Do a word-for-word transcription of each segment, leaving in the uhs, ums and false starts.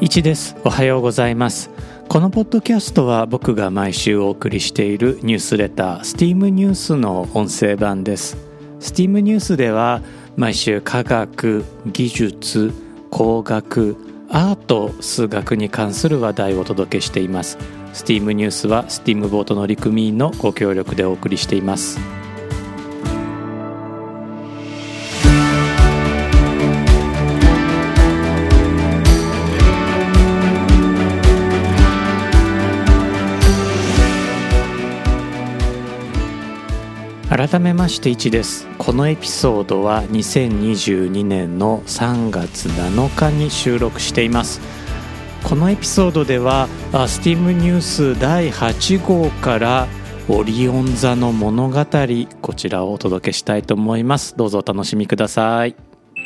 いちです。おはようございます。このポッドキャストは僕が毎週お送りしているニュースレター スティーム ニュースの音声版です。 スティーム ニュースでは毎週科学、技術、工学、アート、数学に関する話題をお届けしています。 スティーム ニュースは スティーム ボート乗組員のご協力でお送りしています。改めましていちです。このエピソードはにせんにじゅうにねんのさんがつなのかに収録しています。このエピソードではスティーム ニュースだいはちごうからオリオン座の物語、こちらをお届けしたいと思います。どうぞお楽しみください。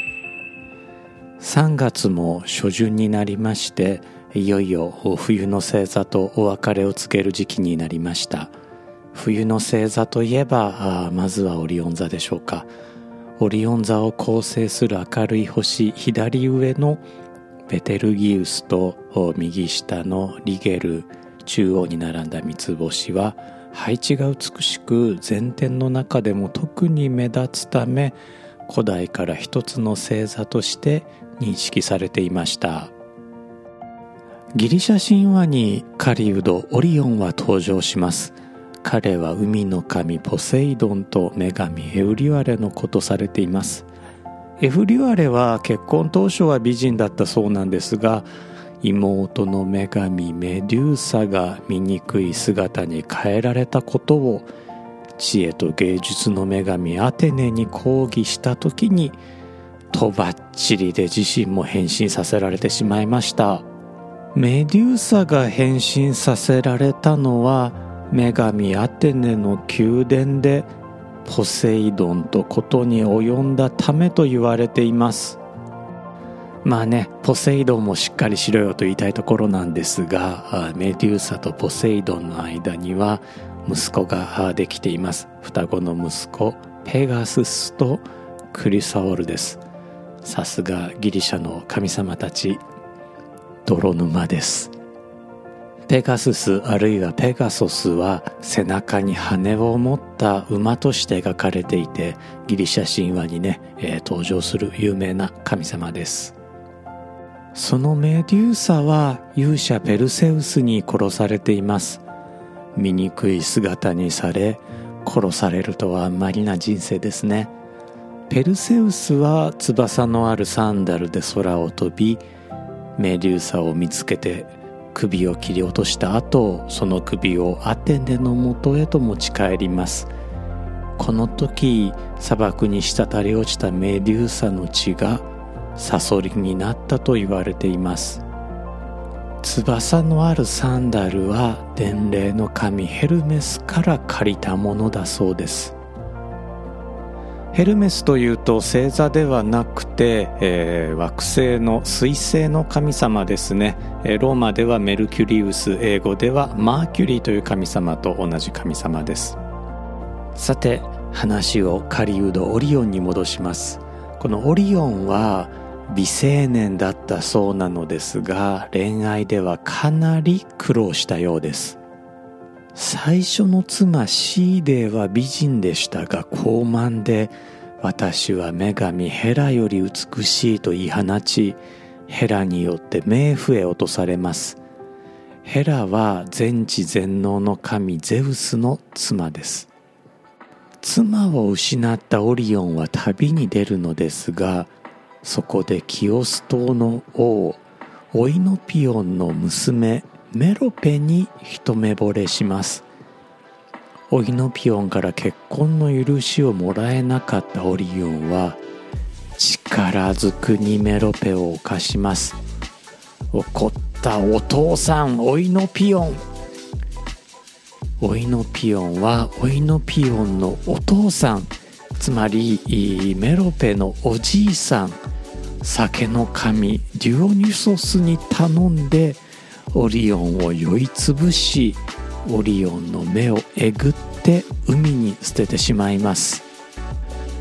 さんがつも初旬になりまして、いよいよ冬の星座とお別れを告げる時期になりました。冬の星座といえばまずはオリオン座でしょうか。オリオン座を構成する明るい星、左上のベテルギウスと右下のリゲル、中央に並んだ三つ星は配置が美しく、全天の中でも特に目立つため、古代から一つの星座として認識されていました。ギリシャ神話に狩人オリオンは登場します。彼は海の神ポセイドンと女神エウリュアレのことされています。エウリュアレは結婚当初は美人だったそうなんですが、妹の女神メデューサが醜い姿に変えられたことを知恵と芸術の女神アテネに抗議した時に、とばっちりで自身も変身させられてしまいました。メデューサが変身させられたのは女神アテネの宮殿でポセイドンとことに及んだためと言われています。まあね、ポセイドンもしっかりしろよと言いたいところなんですが、メデューサとポセイドンの間には息子ができています。双子の息子ペガススとクリサオルです。さすがギリシャの神様たち、泥沼です。ペガススあるいはペガソスは背中に羽を持った馬として描かれていて、ギリシャ神話にね、えー、登場する有名な神様です。そのメデューサは勇者ペルセウスに殺されています。醜い姿にされ殺されるとはあんまりな人生ですね。ペルセウスは翼のあるサンダルで空を飛び、メデューサを見つけて首を切り落とした後、その首をアテネの元へと持ち帰ります。この時砂漠に滴り落ちたメデューサの血がサソリになったと言われています。翼のあるサンダルは伝令の神ヘルメスから借りたものだそうです。ヘルメスというと星座ではなくて、えー、惑星の水星の神様ですね。えー、ローマではメルキュリウス、英語ではマーキュリーという神様と同じ神様です。さて、話を狩人オリオンに戻します。このオリオンは美青年だったそうなのですが、恋愛ではかなり苦労したようです。最初の妻シーデーは美人でしたが高慢で、私は女神ヘラより美しいと言い放ち、ヘラによって冥府へ落とされます。ヘラは全知全能の神ゼウスの妻です。妻を失ったオリオンは旅に出るのですが、そこでキオス島の王オイノピオンの娘メロペに一目惚れします。オイノピオンから結婚の許しをもらえなかったオリオンは力ずくにメロペを犯します。怒ったお父さんオイノピオン。オイノピオンはオイノピオンのお父さん、つまりメロペのおじいさん、酒の神デュオニュソスに頼んでオリオンを酔いつぶし、オリオンの目をえぐって海に捨ててしまいます。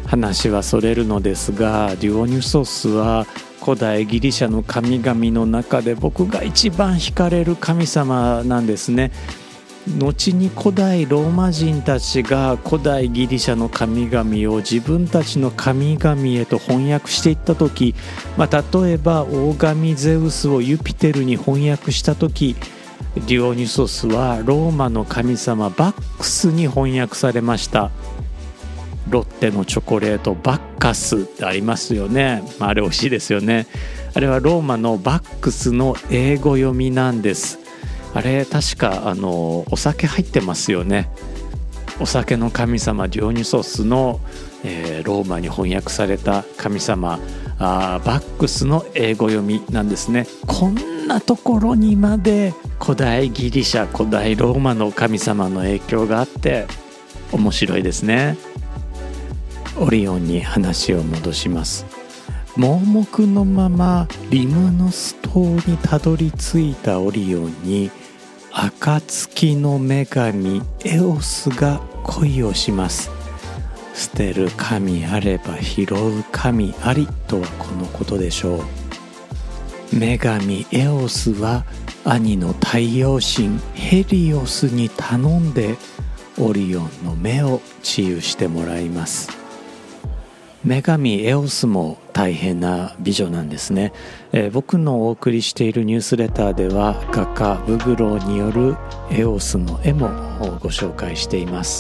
話はそれるのですが、デュオニュソスは古代ギリシャの神々の中で僕が一番惹かれる神様なんですね。後に古代ローマ人たちが古代ギリシャの神々を自分たちの神々へと翻訳していった時、まあ、例えば大神ゼウスをユピテルに翻訳した時、デュオニュソスはローマの神様バックスに翻訳されました。ロッテのチョコレートバッカスってありますよね、まあ、あれ美味しいですよね。あれはローマのバックスの英語読みなんです。あれ確かあのお酒入ってますよね。お酒の神様デュオニュソスの、えー、ローマに翻訳された神様あバックスの英語読みなんですね。こんなところにまで古代ギリシャ古代ローマの神様の影響があって面白いですね。オリオンに話を戻します。盲目のままリムノス島にたどり着いたオリオンに暁の女神エオスが恋をします。捨てる神あれば拾う神ありとはこのことでしょう。女神エオスは兄の太陽神ヘリオスに頼んでオリオンの目を治癒してもらいます。女神エオスも大変な美女なんですね、えー、僕のお送りしているニュースレターでは画家ブグローによるエオスの絵もご紹介しています。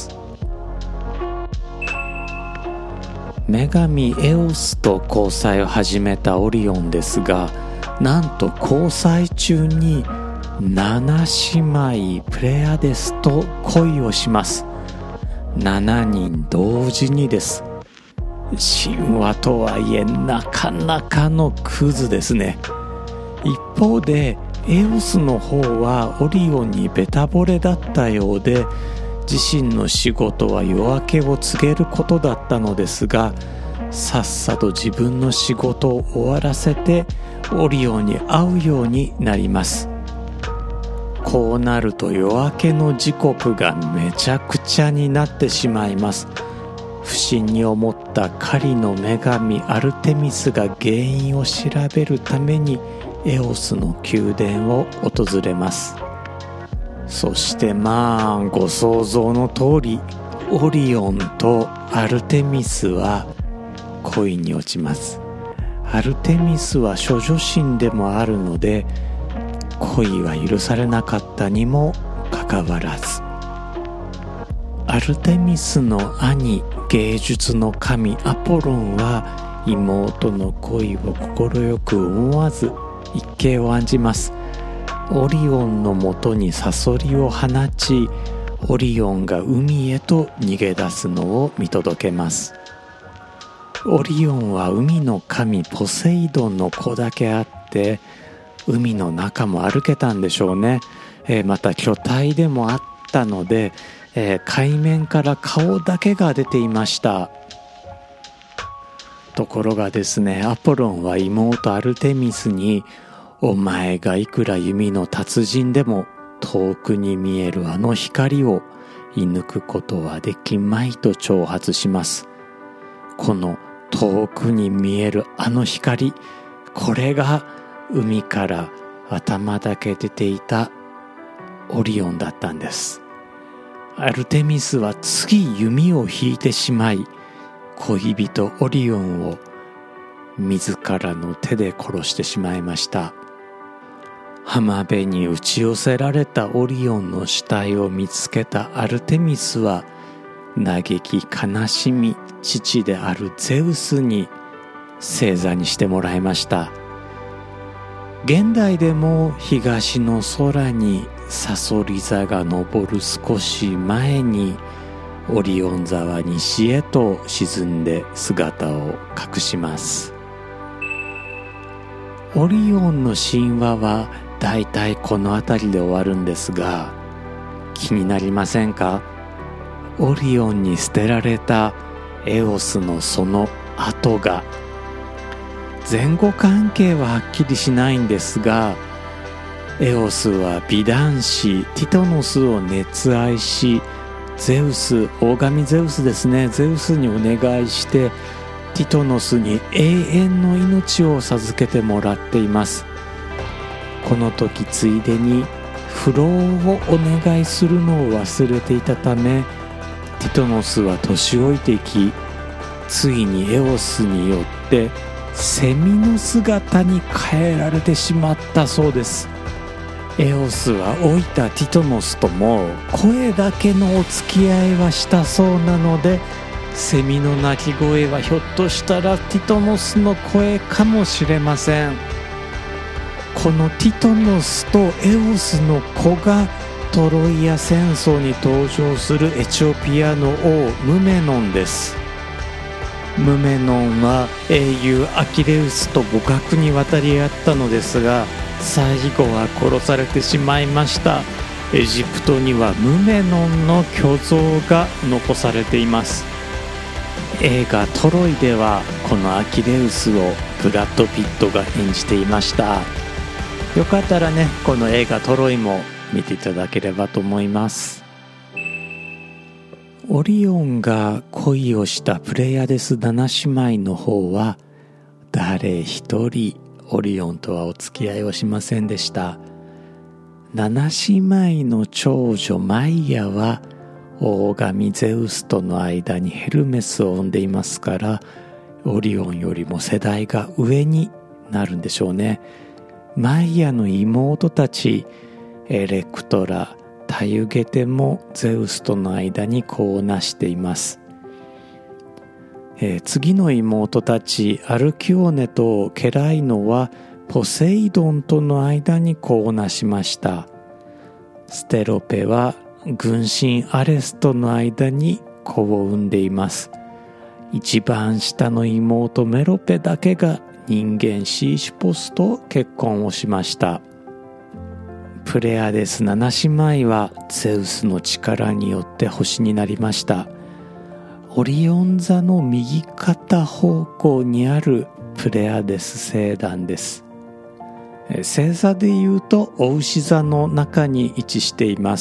女神エオスと交際を始めたオリオンですが、なんと交際中に七姉妹プレアデスと恋をします。ななにん同時にです。神話とはいえなかなかのクズですね。一方でエオスの方はオリオンにベタ惚れだったようで、自身の仕事は夜明けを告げることだったのですが、さっさと自分の仕事を終わらせてオリオンに会うようになります。こうなると夜明けの時刻がめちゃくちゃになってしまいます。不審に思った狩りの女神アルテミスが原因を調べるためにエオスの宮殿を訪れます。そしてまあご想像の通り、オリオンとアルテミスは恋に落ちます。アルテミスは処女神でもあるので恋は許されなかったにもかかわらず、アルテミスの兄芸術の神アポロンは妹の恋を快く思わず一計を案じます。オリオンのもとにサソリを放ち、オリオンが海へと逃げ出すのを見届けます。オリオンは海の神ポセイドンの子だけあって海の中も歩けたんでしょうね、えー、また巨体でもあったので、えー、海面から顔だけが出ていました。ところがですね、アポロンは妹アルテミスに、お前がいくら弓の達人でも遠くに見えるあの光を射抜くことはできまいと挑発します。この遠くに見えるあの光、これが海から頭だけ出ていたオリオンだったんです。アルテミスは次弓を引いてしまい、恋人オリオンを自らの手で殺してしまいました。浜辺に打ち寄せられたオリオンの死体を見つけたアルテミスは嘆き悲しみ、父であるゼウスに正座にしてもらいました。現代でも東の空にサソリ座が昇る少し前にオリオン座は西へと沈んで姿を隠します。オリオンの神話はだいたいこの辺りで終わるんですが、気になりませんか？オリオンに捨てられたエオスのその後が、前後関係ははっきりしないんですが、エオスは美男子ティトノスを熱愛し、 ゼウス、大神ゼウスですね、ゼウスにお願いしてティトノスに永遠の命を授けてもらっています。この時ついでに不老をお願いするのを忘れていたため、ティトノスは年老いていき、ついにエオスによってセミの姿に変えられてしまったそうです。エオスは老いたティトノスとも声だけのお付き合いはしたそうなので、セミの鳴き声はひょっとしたらティトノスの声かもしれません。このティトノスとエオスの子がトロイア戦争に登場するエチオピアの王ムメノンです。ムメノンは英雄アキレウスと互角に渡り合ったのですが、最後は殺されてしまいました。エジプトにはムメノンの巨像が残されています。映画トロイではこのアキレウスをブラッド・ピットが演じていました。よかったらね、この映画トロイも見ていただければと思います。オリオンが恋をしたプレイアデス七姉妹の方は誰一人オリオンとはお付き合いをしませんでした。七姉妹の長女マイヤは大神ゼウスとの間にヘルメスを産んでいますから、オリオンよりも世代が上になるんでしょうね。マイヤの妹たちエレクトラ、タユゲテもゼウスとの間に子をなしています。えー、次の妹たちアルキオネとケライノはポセイドンとの間に子をなしました。ステロペは軍神アレスとの間に子を産んでいます。一番下の妹メロペだけが人間シーシュポスと結婚をしました。プレアデス七姉妹はゼウスの力によって星になりました。オリオン座の右肩方向にあるプレアデス星団です。星座でいうとお牛座の中に位置しています。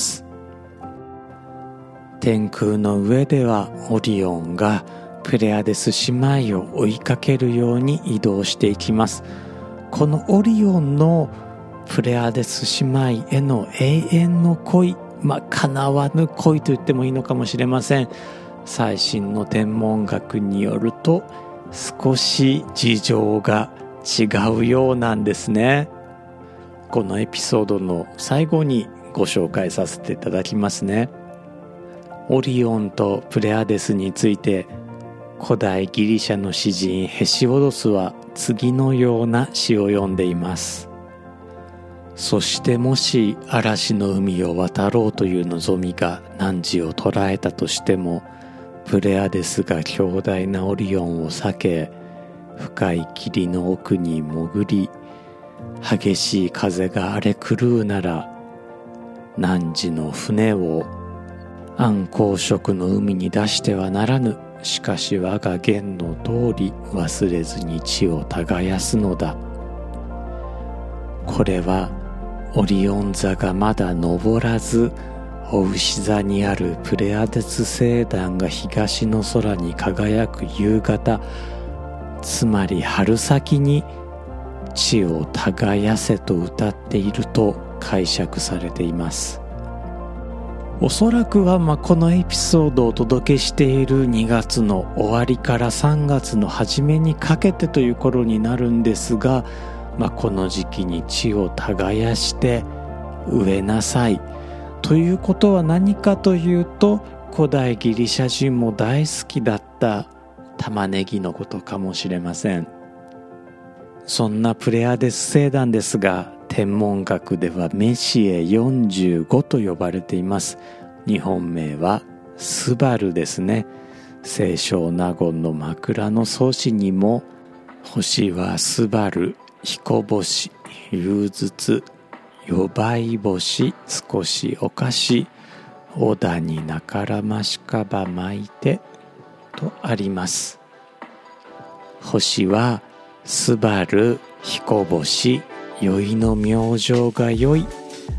天空の上ではオリオンがプレアデス姉妹を追いかけるように移動していきます。このオリオンのプレアデス姉妹への永遠の恋、まあ叶わぬ恋と言ってもいいのかもしれません。最新の天文学によると少し事情が違うようなんですね。このエピソードの最後にご紹介させていただきますね。オリオンとプレアデスについて古代ギリシャの詩人ヘシオドスは次のような詩を読んでいます。そしてもし嵐の海を渡ろうという望みが汝を捉えたとしても、プレアデスが強大なオリオンを避け、深い霧の奥に潜り、激しい風が荒れ狂うなら、汝の船を暗紅色の海に出してはならぬ。しかし我が言の通り忘れずに地を耕すのだ。これはオリオン座がまだ昇らず、お牛座にあるプレアデス星団が東の空に輝く夕方、つまり春先に地を耕せと歌っていると解釈されています。おそらくはまあこのエピソードをお届けしているにがつの終わりからさんがつの初めにかけてという頃になるんですが、まあ、この時期に地を耕して植えなさいということは何かというと、古代ギリシャ人も大好きだった玉ねぎのことかもしれません。そんなプレアデス星団ですが、天文学ではメシエよんじゅうごと呼ばれています。日本名はスバルですね。清少納言の枕草子にも、星はスバル、彦星、融筒、夜梅星、少しおかし、小田になからましかば巻いてとあります。星はスバル、彦星、宵の明星が良い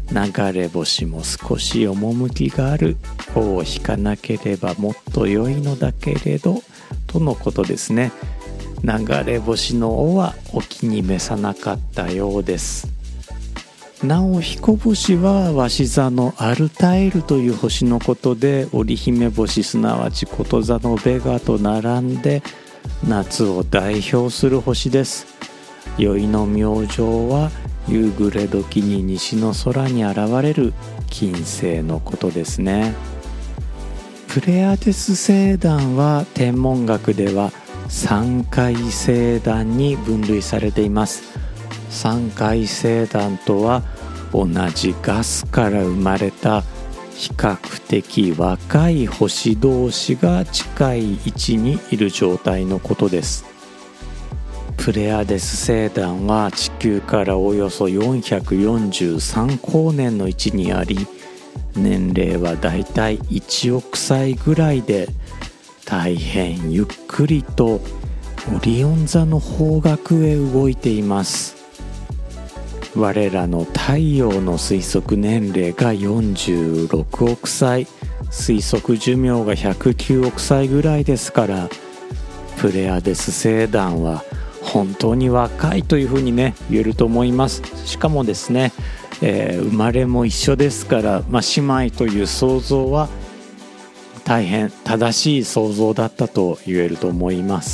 流れ星も少し趣がある。尾を引かなければもっと良いのだけれどとのことですね。流れ星の尾はお気に召さなかったようです。なお彦星は鷲座のアルタイルという星のことで、織姫星すなわちこと座のベガと並んで夏を代表する星です。宵の明星は夕暮れ時に西の空に現れる金星のことですね。プレアデス星団は天文学では三海星団に分類されています。三海星団とは同じガスから生まれた比較的若い星同士が近い位置にいる状態のことです。プレアデス星団は地球からおよそよんひゃくよんじゅうさん光年の位置にあり、年齢はだいたいいちおくさいぐらいで、大変ゆっくりとオリオン座の方角へ動いています。我らの太陽の推測年齢がよんじゅうろくおくさい、推測寿命がひゃくきゅうおくさいぐらいですから、プレアデス星団は本当に若いというふうにね言えると思います。しかもですね、えー、生まれも一緒ですから、まあ、姉妹という想像は大変正しい想像だったと言えると思います。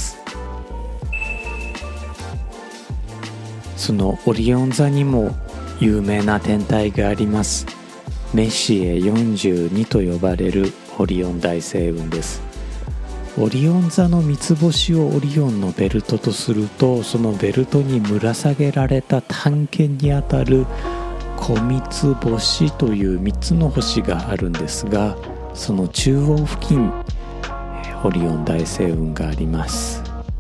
そのオリオン座にも有名な天体があります。メシエよんじゅうにと呼ばれるオリオン大星雲です。オリオン座の三つ星をオリオンのベルトとすると、そのベルトにぶら下げられた単剣にあたる小三つ星というみっつの星があるんですが、その中央付近オリオン大星雲があります。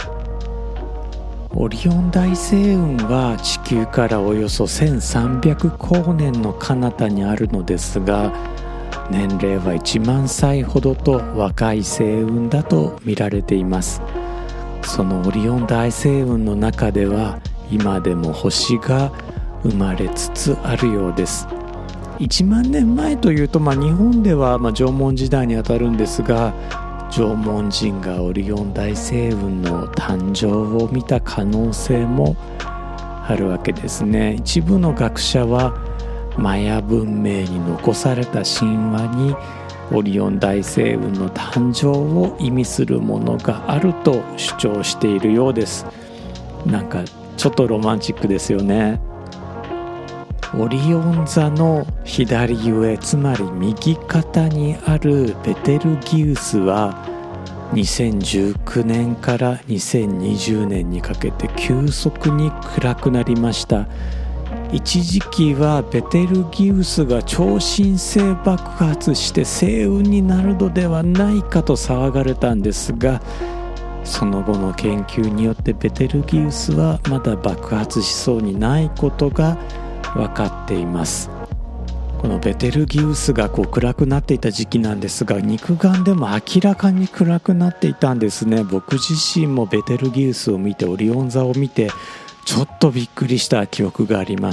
オリオン大星雲は地球からおよそせんさんびゃく光年の彼方にあるのですが、年齢はいちまんさいほどと若い星雲だと見られています。そのオリオン大星雲の中では今でも星が生まれつつあるようです。いちまんねんまえというと、まあ、日本ではまあ縄文時代にあたるんですが、縄文人がオリオン大星雲の誕生を見た可能性もあるわけですね。一部の学者はマヤ文明に残された神話にオリオン大星雲の誕生を意味するものがあると主張しているようです。なんかちょっとロマンチックですよね。オリオン座の左上、つまり右肩にあるベテルギウスはにせんじゅうきゅうねんからにせんにじゅうねんにかけて急速に暗くなりました。一時期はベテルギウスが超新星爆発して星雲になるのではないかと騒がれたんですが、その後の研究によってベテルギウスはまだ爆発しそうにないことが分かっています。このベテルギウスがこう暗くなっていた時期なんですが、肉眼でも明らかに暗くなっていたんですね。僕自身もベテルギウスを見て、オリオン座を見てちょっとびっくりした記憶があります。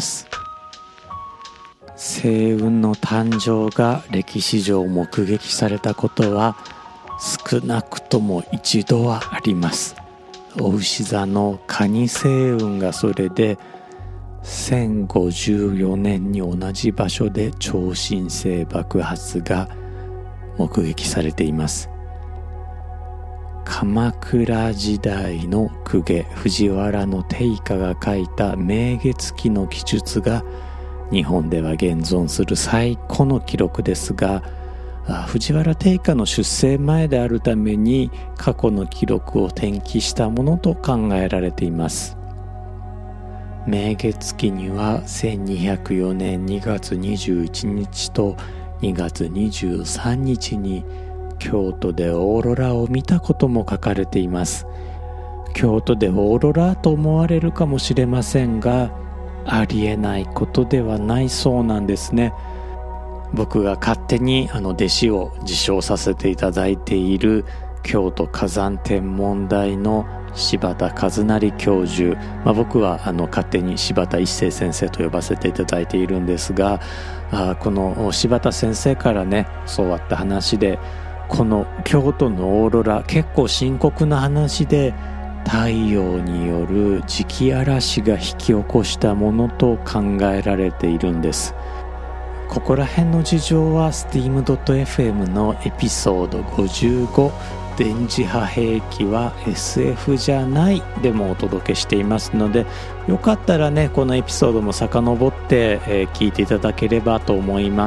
星雲の誕生が歴史上目撃されたことは少なくとも一度はあります。お牛座の蟹星雲がそれでせんごじゅうよねんに同じ場所で超新星爆発が目撃されています。鎌倉時代の公家藤原定家が書いた明月記の記述が日本では現存する最古の記録ですが、藤原定家の出生前であるために過去の記録を転記したものと考えられています。明月記にはせんにひゃくよねんにがつにじゅういちにちとにがつにじゅうさんにちに京都でオーロラを見たことも書かれています。京都でオーロラと思われるかもしれませんが、ありえないことではないそうなんですね。僕が勝手にあの弟子を自称させていただいている京都火山天文台の柴田和成教授、まあ、僕はあの勝手に柴田一生先生と呼ばせていただいているんですが、あこの柴田先生からね教わった話で、この京都のオーロラ結構深刻な話で、太陽による磁気嵐が引き起こしたものと考えられているんです。ここら辺の事情は スティームドットエフエム のエピソードごじゅうご、電磁波兵器は エスエフ じゃないでもお届けしていますので、よかったらねこのエピソードも遡って、えー、聞いていただければと思います。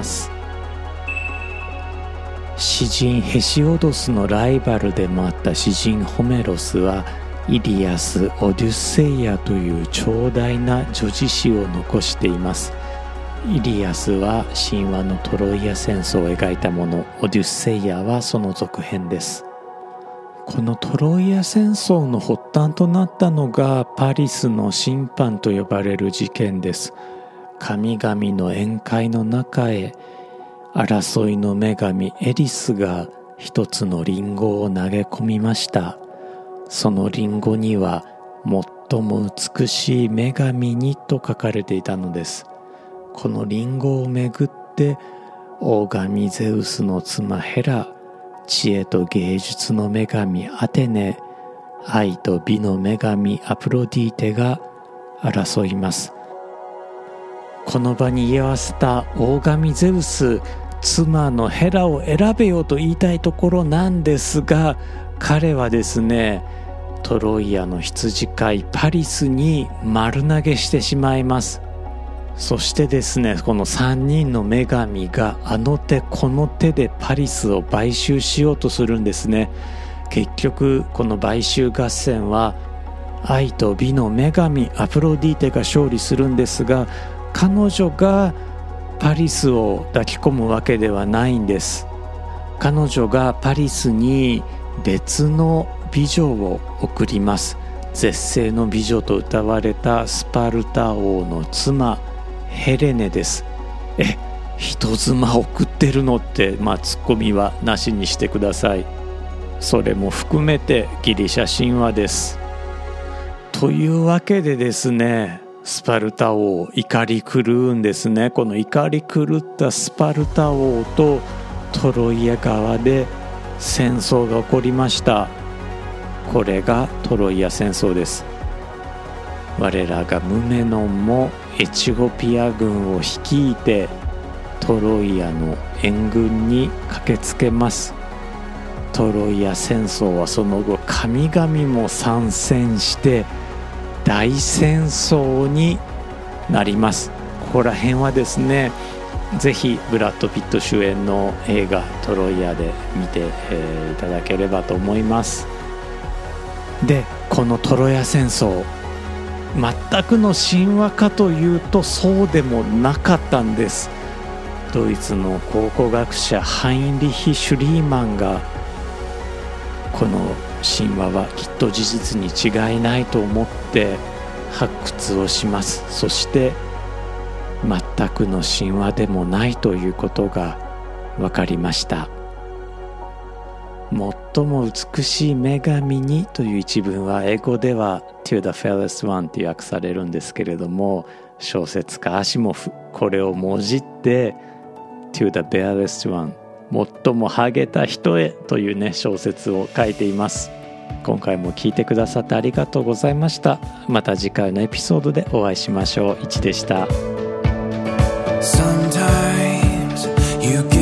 詩人ヘシオドスのライバルでもあった詩人ホメロスは、イリアス・オデュッセイアという長大な叙事詩を残しています。イリアスは神話のトロイア戦争を描いたもの、オデュッセイアはその続編です。このトロイア戦争の発端となったのがパリスの審判と呼ばれる事件です。神々の宴会の中へ争いの女神エリスが一つのリンゴを投げ込みました。そのリンゴには最も美しい女神にと書かれていたのです。このリンゴをめぐって大神ゼウスの妻ヘラ、知恵と芸術の女神アテネ、愛と美の女神アプロディーテが争います。この場に居合わせた大神ゼウス、妻のヘラを選べよと言いたいところなんですが、彼はですね、トロイアの羊飼いパリスに丸投げしてしまいます。そしてですね、このさんにんの女神があの手この手でパリスを買収しようとするんですね。結局この買収合戦は愛と美の女神アプロディーテが勝利するんですが、彼女がパリスを抱き込むわけではないんです。彼女がパリスに別の美女を送ります。絶世の美女と謳われたスパルタ王の妻ヘレネです。え、人妻送ってるのって、まあツッコミはなしにしてください。それも含めてギリシャ神話です。というわけでですね、スパルタ王怒り狂うんですね。この怒り狂ったスパルタ王とトロイア側で戦争が起こりました。これがトロイア戦争です。我らがムメノンもエチオピア軍を率いてトロイアの援軍に駆けつけます。トロイア戦争はその後神々も参戦して大戦争になります。ここら辺はですね、ぜひブラッド・ピット主演の映画トロイアで見て、えー、いただければと思います。で、このトロイア戦争、全くの神話かというとそうでもなかったんです。ドイツの考古学者ハインリヒ・シュリーマンがこの神話はきっと事実に違いないと思って発掘をします。そして全くの神話でもないということが分かりました。最も美しい女神にという一文は英語では to the fairest one と訳されるんですけれども、小説家アシモフこれをもじって to the barest one 最もハゲた人へというね小説を書いています。今回も聞いてくださってありがとうございました。また次回のエピソードでお会いしましょう。いちでした。Sometimes you